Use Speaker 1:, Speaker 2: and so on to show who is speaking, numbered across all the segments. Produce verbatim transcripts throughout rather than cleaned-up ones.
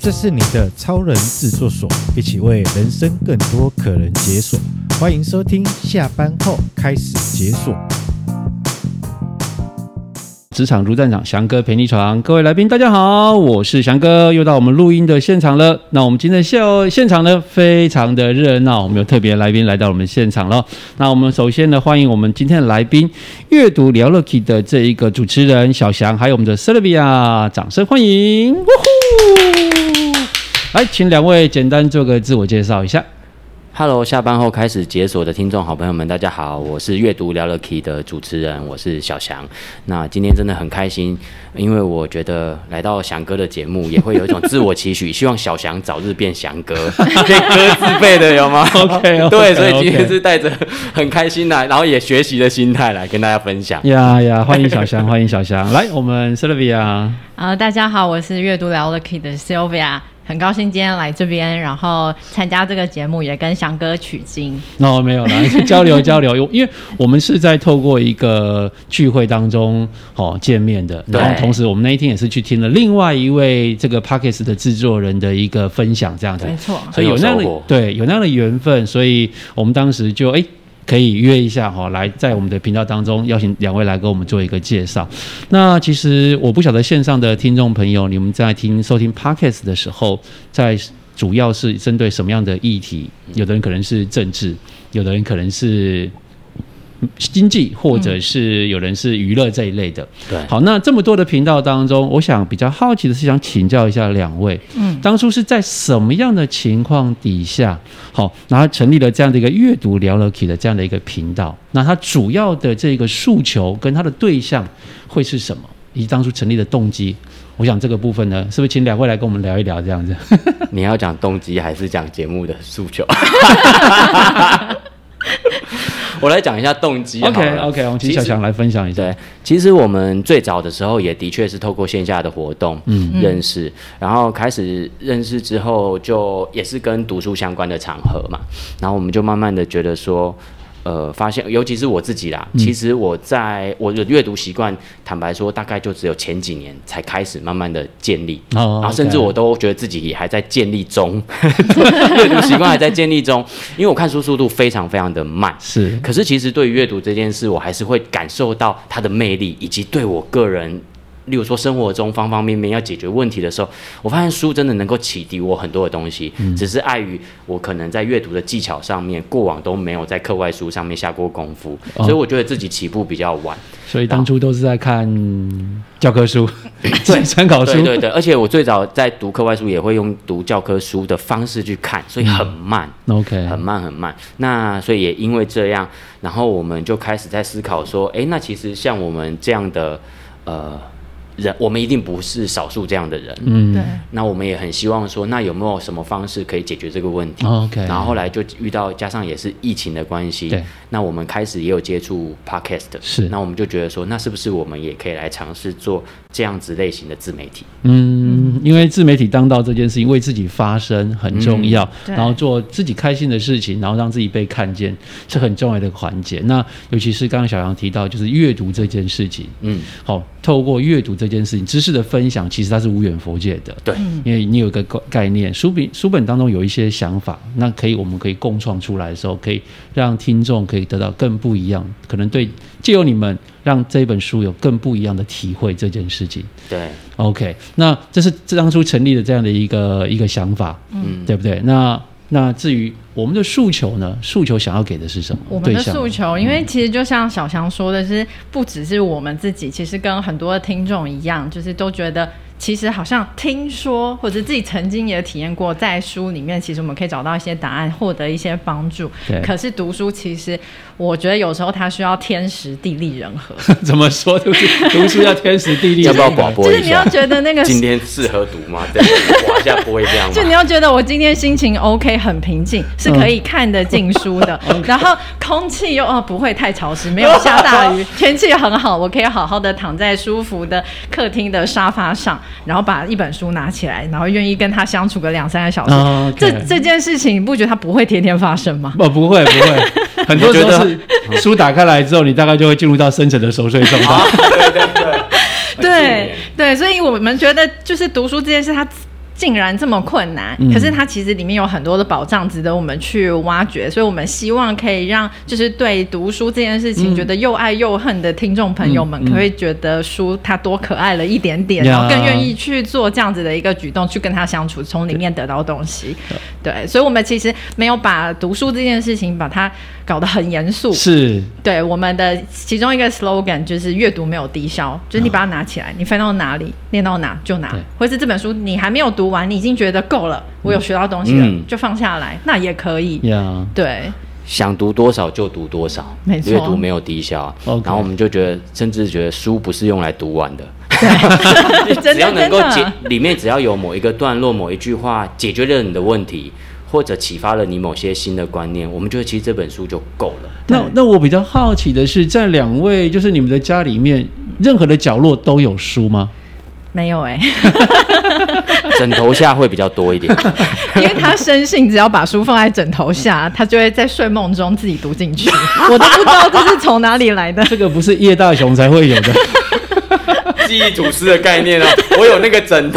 Speaker 1: 这是你的超人制作所，一起为人生更多可能解锁。欢迎收听，下班后开始解锁。
Speaker 2: 职场如战场，翔哥陪你闯。各位来宾大家好，我是翔哥，又到我们录音的现场了。那我们今天的现场呢非常的热闹，我们有特别来宾来到我们现场了。那我们首先呢欢迎我们今天的来宾，阅读聊乐 key 的这一个主持人小翔，还有我们的 Sylvia， 掌声欢迎。来，请两位简单做个自我介绍一下。
Speaker 3: Hello， 下班后开始解锁的听众好朋友们，大家好，我是阅读聊乐 key 的主持人，我是小翔。那今天真的很开心，因为我觉得来到翔哥的节目，也会有一种自我期许，希望小翔早日变翔哥，变哥字辈的有吗
Speaker 2: ？OK，
Speaker 3: 对，所以今天是带着很开心来，然后也学习的心态来跟大家分享。
Speaker 2: 呀呀，欢迎小翔，欢迎小翔。来，我们 Sylvia。
Speaker 4: 呃，大家好，我是阅读聊乐 key 的 Sylvia。很高兴今天来这边，然后参加这个节目，也跟翔哥取经。
Speaker 2: 哦，没有啦，交流交流，因为我们是在透过一个聚会当中哦见面的，然后同时我们那一天也是去听了另外一位这个 Podcast 的制作人的一个分享，这样子，
Speaker 4: 没错，
Speaker 2: 所以有那样的对有那样的缘分，所以我们当时就哎。可以约一下哈，来在我们的频道当中邀请两位来跟我们做一个介绍。那其实我不晓得线上的听众朋友，你们在听收听 Podcast 的时候，在主要是针对什么样的议题？有的人可能是政治，有的人可能是经济，或者是有人是娱乐这一类的。
Speaker 3: 对，
Speaker 2: 好，那这么多的频道当中，我想比较好奇的是，想请教一下两位，嗯，当初是在什么样的情况底下，好，然后成立了这样的一个阅读聊乐 key 的这样的一个频道？那它主要的这个诉求跟它的对象会是什么？以及当初成立的动机？我想这个部分呢，是不是请两位来跟我们聊一聊这样子？
Speaker 3: 你要讲动机还是讲节目的诉求？我来讲一下动机。
Speaker 2: OK OK， 我们请小翔来分享一下。
Speaker 3: 对，其实我们最早的时候也的确是透过线下的活动认识，嗯、然后开始认识之后，就也是跟读书相关的场合嘛，然后我们就慢慢的觉得说。呃，发现尤其是我自己啦，嗯、其实我在我的阅读习惯，坦白说，大概就只有前几年才开始慢慢的建立，哦、然后甚至我都觉得自己也还在建立中，阅读习惯还在建立中，因为我看书速度非常非常的慢，
Speaker 2: 是，
Speaker 3: 可是其实对于阅读这件事，我还是会感受到它的魅力，以及对我个人。例如说生活中方方面面要解决问题的时候，我发现书真的能够启迪我很多的东西，嗯、只是碍于我可能在阅读的技巧上面，过往都没有在课外书上面下过功夫，哦、所以我觉得自己起步比较晚。
Speaker 2: 所以当初都是在看教科书，对，参考书，
Speaker 3: 对对对，而且我最早在读课外书也会用读教科书的方式去看，所以很慢，
Speaker 2: 嗯、，OK，
Speaker 3: 很慢很慢。那所以也因为这样，然后我们就开始在思考说，哎，那其实像我们这样的呃。人，我们一定不是少数这样的人，嗯，对。那我们也很希望说，那有没有什么方式可以解决这个问题？哦、OK。然后后来就遇到，加上也是疫情的关系，对。那我们开始也有接触 Podcast， 是。那我们就觉得说，那是不是我们也可以来尝试做这样子类型的自媒体？
Speaker 2: 嗯，因为自媒体当道这件事情，为自己发声很重要，嗯、然后做自己开心的事情，然后让自己被看见，是很重要的环节。那尤其是刚刚小杨提到，就是阅读这件事情，嗯，好，透过阅读这件事情，知识的分享，其实它是无远弗届的。对，因为你有一个概念，书本书本当中有一些想法，那可以我们可以共创出来的时候，可以让听众可以得到更不一样，可能对藉由你们让这本书有更不一样的体会这件事情。
Speaker 3: 对
Speaker 2: ，OK， 那这是当初成立的这样的一个一个想法，嗯，对不对？那那至于我们的诉求呢？诉求想要给的是什么？
Speaker 4: 我们的诉求，因为其实就像小翔说的是，不只是我们自己，其实跟很多的听众一样，就是都觉得其实好像听说或者自己曾经也体验过，在书里面其实我们可以找到一些答案，获得一些帮助。可是读书其实我觉得有时候它需要天时地利人和。
Speaker 2: 怎么说？读书读书要天时地利人和。
Speaker 3: 要不要广播一下？
Speaker 4: 就是你要觉得那个
Speaker 3: 今天适合读吗？对，广一下不会这样吗？
Speaker 4: 就你要觉得我今天心情 OK， 很平静，是可以看得进书的。嗯、然后空气又、哦、不会太潮湿，没有下大雨，天气很好，我可以好好的躺在舒服的客厅的沙发上。然后把一本书拿起来，然后愿意跟他相处个两三个小时，哦 okay、这这件事情你不觉得它不会天天发生吗？
Speaker 2: 不，不会，不会。很多时候是书打开来之后，你大概就会进入到深层的熟睡状态。
Speaker 3: 对对对，
Speaker 4: 对对，所以我们觉得就是读书这件事，它竟然这么困难，
Speaker 2: 嗯、
Speaker 4: 可是它其实里面有很多的宝藏值得我们去挖掘，所以我们希望可以让就是对读书这件事情、嗯、觉得又爱又恨的听众朋友们，可以觉得书它多可爱了一点点、嗯、然后更愿意去做这样子的一个举动，去跟它相处，从里面得到东西。对，所以我们其实没有把读书这件事情把它搞得很严肃。
Speaker 2: 是，
Speaker 4: 对，我们的其中一个 slogan 就是阅读没有低消，就是你把它拿起来，你翻到哪里念到哪就拿，或是这本书你还没有读完，你已经觉得够了，我有学到东西了、嗯、就放下来，那也可以、yeah. 对，
Speaker 3: 想读多少就读多少，
Speaker 4: 没错，
Speaker 3: 阅读没有低消、啊 okay. 然后我们就觉得甚至觉得书不是用来读完的，
Speaker 4: 对，
Speaker 3: 只要能够解里面只要有某一个段落某一句话解决了你的问题，或者启发了你某些新的观念，我们觉得其实这本书就够了。
Speaker 2: 那那我比较好奇的是，在两位就是你们的家里面，任何的角落都有书吗？
Speaker 4: 没有哎、
Speaker 3: 欸，枕头下会比较多一点，
Speaker 4: 因为他深信只要把书放在枕头下，他就会在睡梦中自己读进去。我都不知道这是从哪里来的，
Speaker 2: 这个不是叶大雄才会有的
Speaker 3: 记忆吐司的概念啊！我有那个枕头，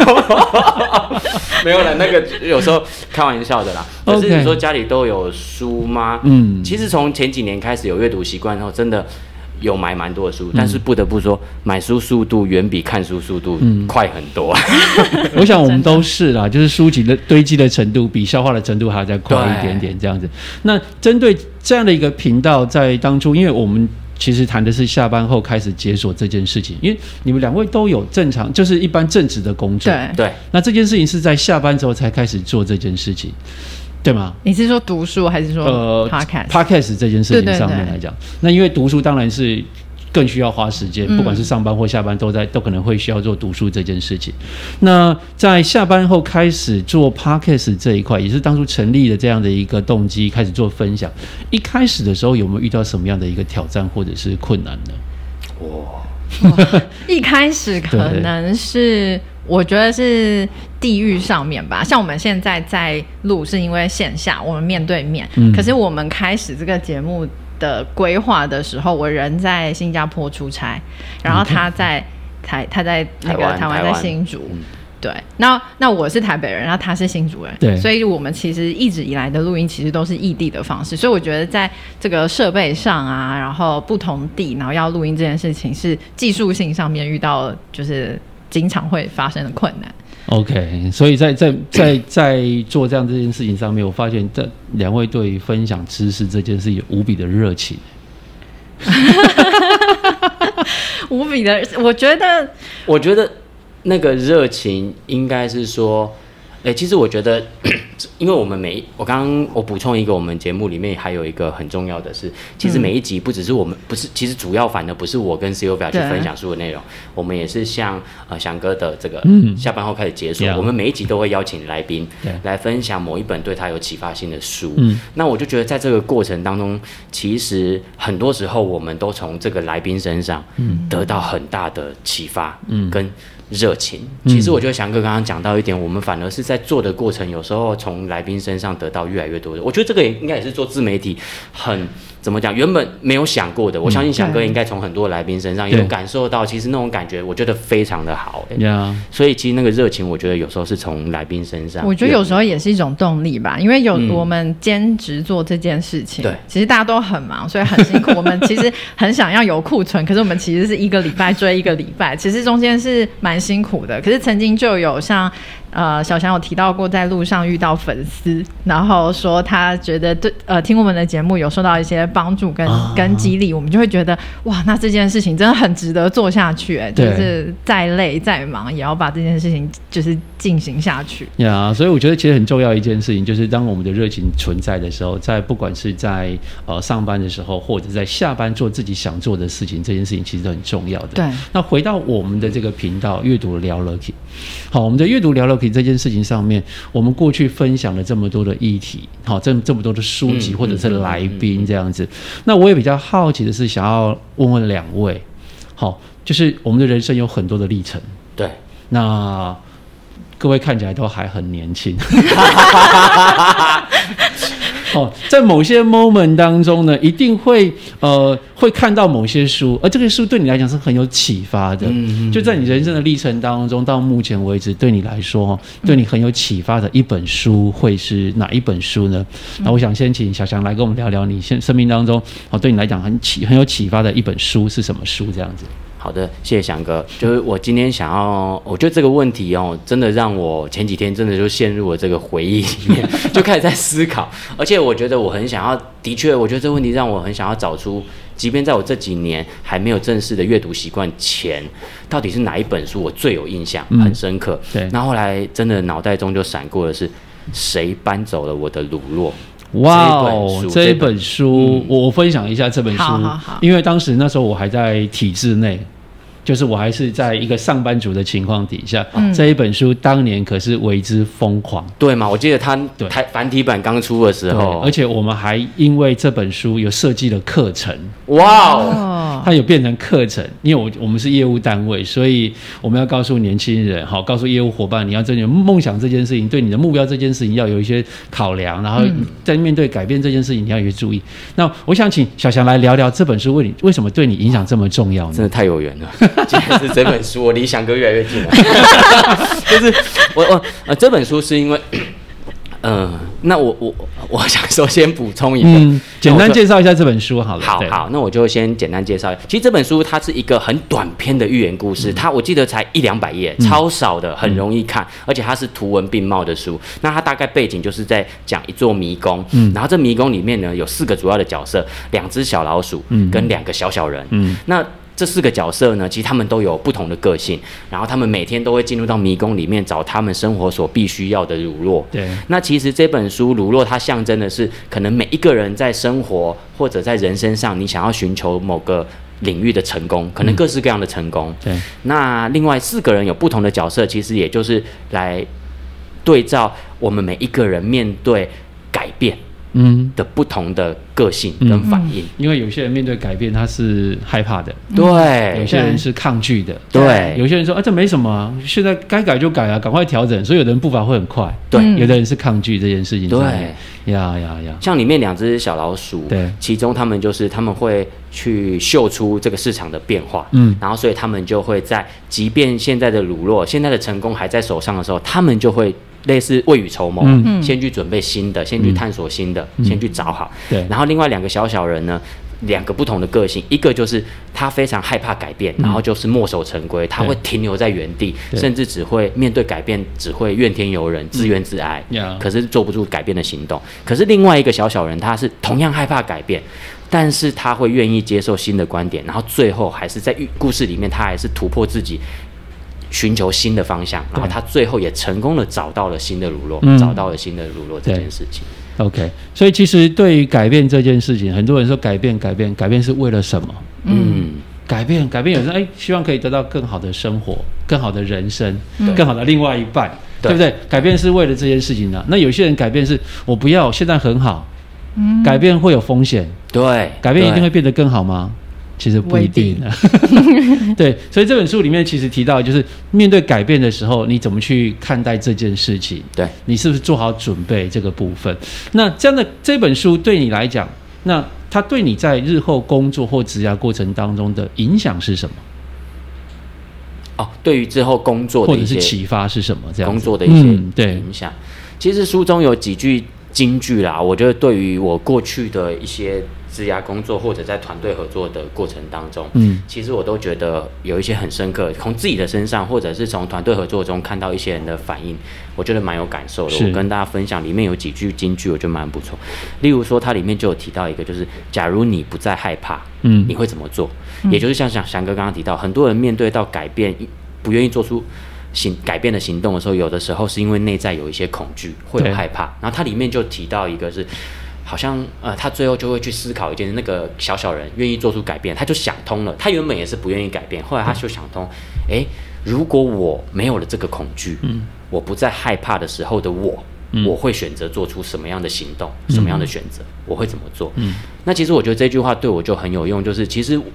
Speaker 3: 没有了，那个有时候开玩笑的啦。可是你说家里都有书吗？嗯，其实从前几年开始有阅读习惯后，真的有买蛮多的书，但是不得不说，买书速度远比看书速度快很多。
Speaker 2: 嗯、我想我们都是啦，就是书籍的堆积的程度比消化的程度还要再快一点点这样子。那针对这样的一个频道，在当初，因为我们其实谈的是下班后开始解锁这件事情，因为你们两位都有正常，就是一般正职的工作，
Speaker 4: 对
Speaker 3: 对。
Speaker 2: 那这件事情是在下班之后才开始做这件事情。对吗？
Speaker 4: 你是说读书还是说 podcast？
Speaker 2: 呃 podcast 这件事情上面来讲，那因为读书当然是更需要花时间、嗯，不管是上班或下班都在都可能会需要做读书这件事情。那在下班后开始做 podcast 这一块，也是当初成立的这样的一个动机，开始做分享。一开始的时候有没有遇到什么样的一个挑战或者是困难呢？
Speaker 4: 哇，一开始可能是。我觉得是地域上面吧，像我们现在在录是因为线下我们面对面、嗯、可是我们开始这个节目的规划的时候，我人在新加坡出差，然后他在台他在那个台湾在新竹、嗯、对，那那我是台北人，然后他是新竹人，对，所以我们其实一直以来的录音其实都是异地的方式，所以我觉得在这个设备上啊，然后不同地然后要录音这件事情是技术性上面遇到就是经常会发生的困难。
Speaker 2: OK， 所以在在在在做这样这件事情上面，我发现这两位对于分享知识这件事有无比的热情
Speaker 4: 无比的，我觉得
Speaker 3: 我觉得那个热情应该是说欸，其实我觉得因为我们每我刚刚我补充一个，我们节目里面还有一个很重要的是，其实每一集不只是我们，不是，其实主要反而不是我跟 Sylvia 去分享书的内容，我们也是像呃翔哥的这个下班后开始解锁、嗯、我们每一集都会邀请来宾来分享某一本对他有启发性的书、嗯、那我就觉得在这个过程当中，其实很多时候我们都从这个来宾身上得到很大的启发跟热情。其实我觉得翔哥刚刚讲到一点，我们反而是在做的过程，有时候从来宾身上得到越来越多的。我觉得这个也应该也是做自媒体很怎么讲，原本没有想过的。我相信翔哥应该从很多来宾身上有感受到，其实那种感觉，我觉得非常的好、欸。Yeah. 所以其实那个热情，我觉得有时候是从来宾身上。
Speaker 4: 我觉得有时候也是一种动力吧，因为有、嗯、我们兼职做这件事情，对，其实大家都很忙，所以很辛苦。我们其实很想要有库存，可是我们其实是一个礼拜追一个礼拜，其实中间是蛮辛苦的。可是曾经就有像呃小翔有提到过，在路上遇到粉丝，然后说他觉得对呃听我们的节目有受到一些帮助跟、啊、跟激励，我们就会觉得哇，那这件事情真的很值得做下去、欸，就是再累再忙也要把这件事情就是进行下去。
Speaker 2: 呀、yeah, 所以我觉得其实很重要一件事情，就是当我们的热情存在的时候，在不管是在呃上班的时候，或者在下班做自己想做的事情，这件事情其实都很重要的。
Speaker 4: 对。
Speaker 2: 那回到我们的这个频道，阅读聊 Lucky， 好，我们的阅读聊 Lucky 这件事情上面，我们过去分享了这么多的议题，好，这这么多的书籍、嗯、或者是来宾这样子、嗯嗯嗯。那我也比较好奇的是，想要问问两位，好，就是我们的人生有很多的历程，
Speaker 3: 对，
Speaker 2: 那各位看起来都还很年轻哦，在某些 moment 当中呢，一定会呃会看到某些书，而这个书对你来讲是很有启发的。嗯嗯，就在你人生的历程当中，到目前为止，对你来说，对你很有启发的一本书会是哪一本书呢？嗯、那我想先请小翔来跟我们聊聊你现生命当中哦，对你来讲很启很有启发的一本书是什么书？这样子。
Speaker 3: 好的，谢谢翔哥。就是我今天想要，我觉得这个问题哦，真的让我前几天真的就陷入了这个回忆里面，就开始在思考。而且我觉得我很想要，的确，我觉得这个问题让我很想要找出，即便在我这几年还没有正式的阅读习惯前，到底是哪一本书我最有印象、很深刻。嗯、对。那后来真的脑袋中就闪过的是，谁搬走了我的乳酪？
Speaker 2: 哇哦，这一本书，嗯、我分享一下这本书，好好好，因为当时那时候我还在体制内。就是我还是在一个上班族的情况底下，嗯、这一本书当年可是为之疯狂，
Speaker 3: 对吗？我记得它台繁体版刚出的时候，
Speaker 2: 而且我们还因为这本书有设计了课程，
Speaker 3: 哇哦，
Speaker 2: 它有变成课程，因为我我们是业务单位，所以我们要告诉年轻人，好，告诉业务伙伴，你要真的梦想这件事情，对你的目标这件事情要有一些考量，然后在面对改变这件事情，你要有一些注意。那我想请小翔来聊聊这本书为你为什么对你影响这么重要呢？
Speaker 3: 真的太有缘了。今天是这本书，我离翔哥越来越近了。就是我我呃这本书是因为，嗯、呃，那我我我想首先补充一个、嗯，
Speaker 2: 简单介绍一下这本书好了。
Speaker 3: 好好，那我就先简单介绍。其实这本书它是一个很短篇的寓言故事，嗯、它我记得才一两百页，嗯、超少的，很容易看，嗯、而且它是图文并茂的书。那它大概背景就是在讲一座迷宫，嗯、然后这迷宫里面呢有四个主要的角色，两只小老鼠，嗯、跟两个小小人，嗯、那。这四个角色呢，其实他们都有不同的个性，然后他们每天都会进入到迷宫里面找他们生活所必须要的乳酪。
Speaker 2: 对，
Speaker 3: 那其实这本书乳酪它象征的是，可能每一个人在生活或者在人生上，你想要寻求某个领域的成功，可能各式各样的成功。
Speaker 2: 对、嗯，
Speaker 3: 那另外四个人有不同的角色，其实也就是来对照我们每一个人面对改变。嗯的不同的个性跟反应、嗯，
Speaker 2: 因为有些人面对改变他是害怕的，
Speaker 3: 对；
Speaker 2: 有些人是抗拒的，
Speaker 3: 对；
Speaker 2: 有些人说啊这没什么、啊，现在该改就改啊，赶快调整。所以有的人步伐会很快，
Speaker 3: 对；
Speaker 2: 有的人是抗拒这件事情，
Speaker 3: 对，
Speaker 2: 呀呀呀。
Speaker 3: 像里面两只小老鼠，对，其中他们就是他们会去嗅出这个市场的变化，嗯，然后所以他们就会在，即便现在的乳酪、现在的成功还在手上的时候，他们就会。类似未雨绸缪、嗯，先去准备新的，先去探索新的，嗯、先去找好。对，然后另外两个小小人呢，两个不同的个性，一个就是他非常害怕改变，嗯、然后就是墨守成规，他会停留在原地，甚至只会面对改变，只会怨天尤人、自怨自艾，嗯、可是做不出改变的行动。可是另外一个小小人，他是同样害怕改变。但是他会愿意接受新的观点，然后最后还是在故事里面，他还是突破自己。寻求新的方向，然后他最后也成功的找到了新的乳酪，嗯、找到了新的乳酪这件事情。
Speaker 2: OK， 所以其实对于改变这件事情，很多人说改变、改变、改变是为了什么？嗯，改变、改变，有人哎，希望可以得到更好的生活、更好的人生、嗯、更好的另外一半，对, 对不对？改变是为了这件事情的、啊。那有些人改变是我不要，现在很好，嗯、改变会有风险，
Speaker 3: 对，
Speaker 2: 改变一定会变得更好吗？其实不一定的，对，所以这本书里面其实提到，就是面对改变的时候，你怎么去看待这件事情？
Speaker 3: 对，
Speaker 2: 你是不是做好准备这个部分？那这样的这本书对你来讲，那它对你在日后工作或职涯过程当中的影响是什么？
Speaker 3: 哦，对于之后工作的一些
Speaker 2: 或者是启发是什么？这样
Speaker 3: 工作的一些影响、嗯，其实书中有几句金句啦，我觉得对于我过去的一些。职涯工作或者在团队合作的过程当中，嗯，其实我都觉得有一些很深刻，从自己的身上或者是从团队合作中看到一些人的反应，我觉得蛮有感受的。我跟大家分享，里面有几句金句，我觉得蛮不错。例如说，它里面就有提到一个，就是假如你不再害怕，嗯，你会怎么做？嗯、也就是像翔翔哥刚刚提到，很多人面对到改变，不愿意做出行改变的行动的时候，有的时候是因为内在有一些恐惧，会有害怕。然后它里面就提到一个是。好像呃，他最后就会去思考一件事，那个小小人愿意做出改变，他就想通了。他原本也是不愿意改变，后来他就想通，哎，如果我没有了这个恐惧，嗯，我不再害怕的时候的我，嗯、我会选择做出什么样的行动，什么样的选择，嗯、我会怎么做？嗯，那其实我觉得这句话对我就很有用，就是其实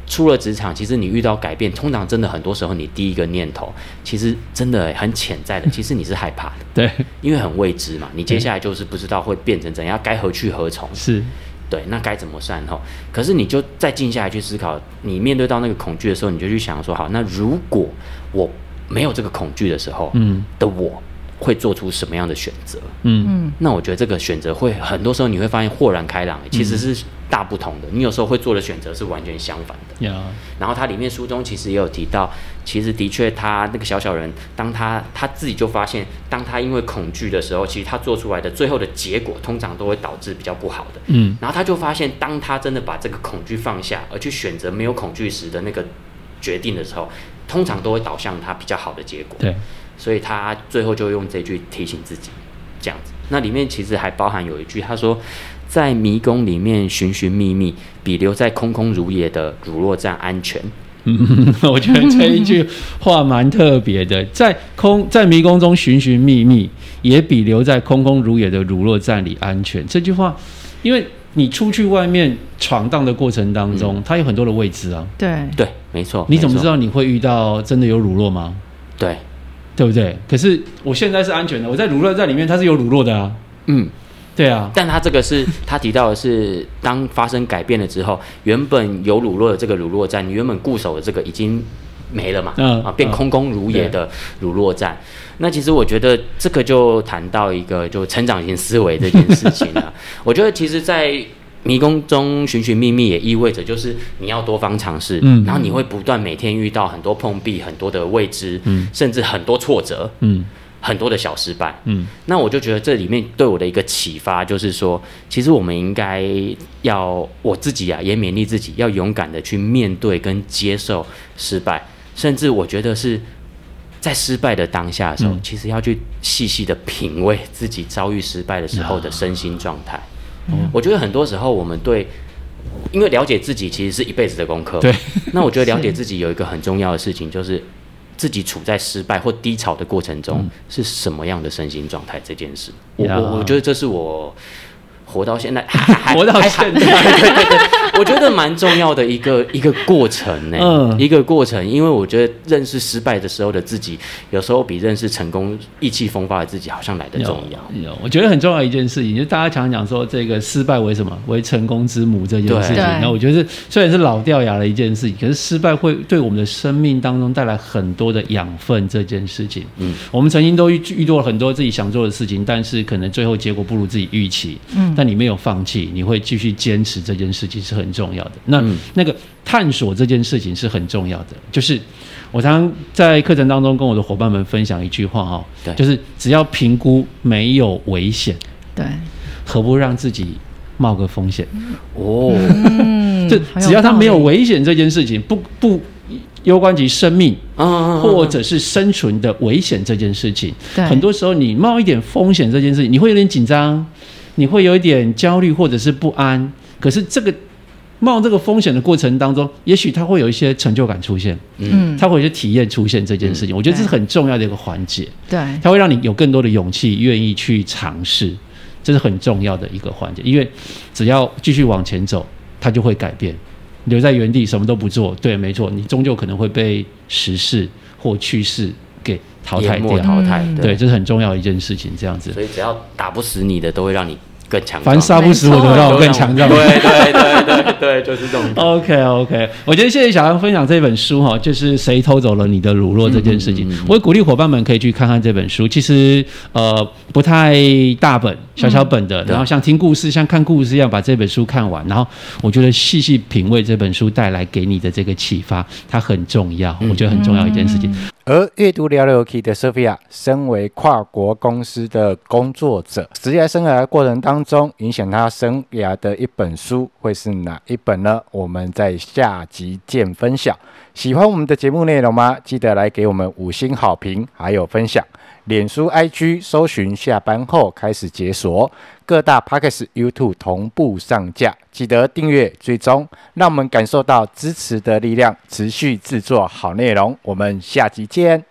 Speaker 3: 出了职场，其实你遇到改变，通常真的很多时候你第一个念头，其实真的很潜在的，其实你是害怕的，
Speaker 2: 对，
Speaker 3: 因为很未知嘛，你接下来就是不知道会变成怎样，该何去何从，
Speaker 2: 是。
Speaker 3: 对，那该怎么善后？可是你就再静下来去思考，你面对到那个恐惧的时候，你就去想说，好，那如果我没有这个恐惧的时候，嗯，的我会做出什么样的选择？嗯，那我觉得这个选择会很多时候你会发现豁然开朗，其实是大不同的。你有时候会做的选择是完全相反的。Yeah. 然后它里面书中其实也有提到，其实的确他那个小小人，当他他自己就发现，当他因为恐惧的时候，其实他做出来的最后的结果，通常都会导致比较不好的。嗯，然后他就发现，当他真的把这个恐惧放下，而去选择没有恐惧时的那个决定的时候，通常都会导向他比较好的结果。
Speaker 2: 对。
Speaker 3: 所以他最后就用这句提醒自己，这样子。那里面其实还包含有一句，他说，在迷宫里面寻寻觅觅，比留在空空如也的乳酪站安全。
Speaker 2: 嗯，我觉得这一句话蛮特别的，在空在迷宫中寻寻觅觅，也比留在空空如也的乳酪站里安全。这句话，因为你出去外面闯荡的过程当中，嗯、它有很多的未知啊。
Speaker 4: 对
Speaker 3: 对，没错。
Speaker 2: 你怎么知道你会遇到真的有乳酪吗？
Speaker 3: 对。
Speaker 2: 对不对？可是我现在是安全的，我在乳酪站里面，它是有乳酪的啊。嗯，对啊。
Speaker 3: 但他这个是他提到的是，当发生改变了之后，原本有乳酪的这个乳酪站，你原本固守的这个已经没了嘛，嗯、啊，变空空如也的乳酪站。嗯、那其实我觉得这个就谈到一个就成长型思维这件事情了。我觉得其实，在迷宫中寻寻觅觅也意味着就是你要多方尝试，嗯，然后你会不断每天遇到很多碰壁、很多的未知，嗯，甚至很多挫折，嗯，很多的小失败，嗯，那我就觉得这里面对我的一个启发就是说，其实我们应该要我自己啊，也勉励自己要勇敢的去面对跟接受失败，甚至我觉得是在失败的当下的时候，嗯、其实要去细细的品味自己遭遇失败的时候的身心状态。嗯、我觉得很多时候我们对，因为了解自己其实是一辈子的功课。
Speaker 2: 对。
Speaker 3: 那我觉得了解自己有一个很重要的事情，就是自己处在失败或低潮的过程中、嗯、是什么样的身心状态这件事。我我我觉得这是我活到现在，
Speaker 2: 活到现在，
Speaker 3: 对对对，我觉得蛮重要的一个一个过程呢、欸，嗯、一个过程。因为我觉得认识失败的时候的自己，有时候比认识成功、意气风发的自己好像来得重要。
Speaker 2: 有，有我觉得很重要的一件事情，就是大家常常讲说，这个失败为什么为成功之母这件事情。那我觉得虽然是老掉牙的一件事情，可是失败会对我们的生命当中带来很多的养分。这件事情，嗯，我们曾经都遇遇到了很多自己想做的事情，但是可能最后结果不如自己预期，嗯。但你没有放弃，你会继续坚持这件事情是很重要的。那、嗯、那个探索这件事情是很重要的。就是我常常在课程当中跟我的伙伴们分享一句话哈、哦，就是只要评估没有危险，
Speaker 4: 对，
Speaker 2: 何不让自己冒个风险？
Speaker 3: 哦，
Speaker 2: 嗯、就只要他没有危险这件事情，不不。攸关及生命，或者是生存的危险这件事情，很多时候你冒一点风险这件事情，你会有点紧张，你会有一点焦虑或者是不安。可是这个冒这个风险的过程当中，也许它会有一些成就感出现，嗯，它会有一些体验出现这件事情。我觉得这是很重要的一个环节，
Speaker 4: 对，
Speaker 2: 它会让你有更多的勇气，愿意去尝试，这是很重要的一个环节。因为只要继续往前走，它就会改变。留在原地什么都不做，对，没错，你终究可能会被时事或趋势给淘汰掉，
Speaker 3: 淘汰，
Speaker 2: 对，对，这是很重要的一件事情。这样子，
Speaker 3: 所以只要打不死你的，都会让你更强壮。
Speaker 2: 凡杀不死我的，让我更强壮。
Speaker 3: 对对对对对，就是这种。
Speaker 2: OK OK， 我觉得谢谢小杨分享这本书哈，就是谁偷走了你的乳酪这件事情。嗯嗯嗯嗯、我也鼓励伙伴们可以去看看这本书，其实呃不太大本，小小本的，嗯、然后像听故事、像看故事一样把这本书看完，然后我觉得细细品味这本书带来给你的这个启发，它很重要，嗯、我觉得很重要一件事情。嗯
Speaker 1: 而阅读聊聊 Key 的 Sophia， 身为跨国公司的工作者，职业生涯过程当中，影响他生涯的一本书会是哪一本呢？我们在下集见分享。喜欢我们的节目内容吗？记得来给我们五星好评，还有分享。脸书 I G 搜寻下班后开始解锁，各大 Podcast、YouTube 同步上架，记得订阅追踪，让我们感受到支持的力量，持续制作好内容。我们下集见。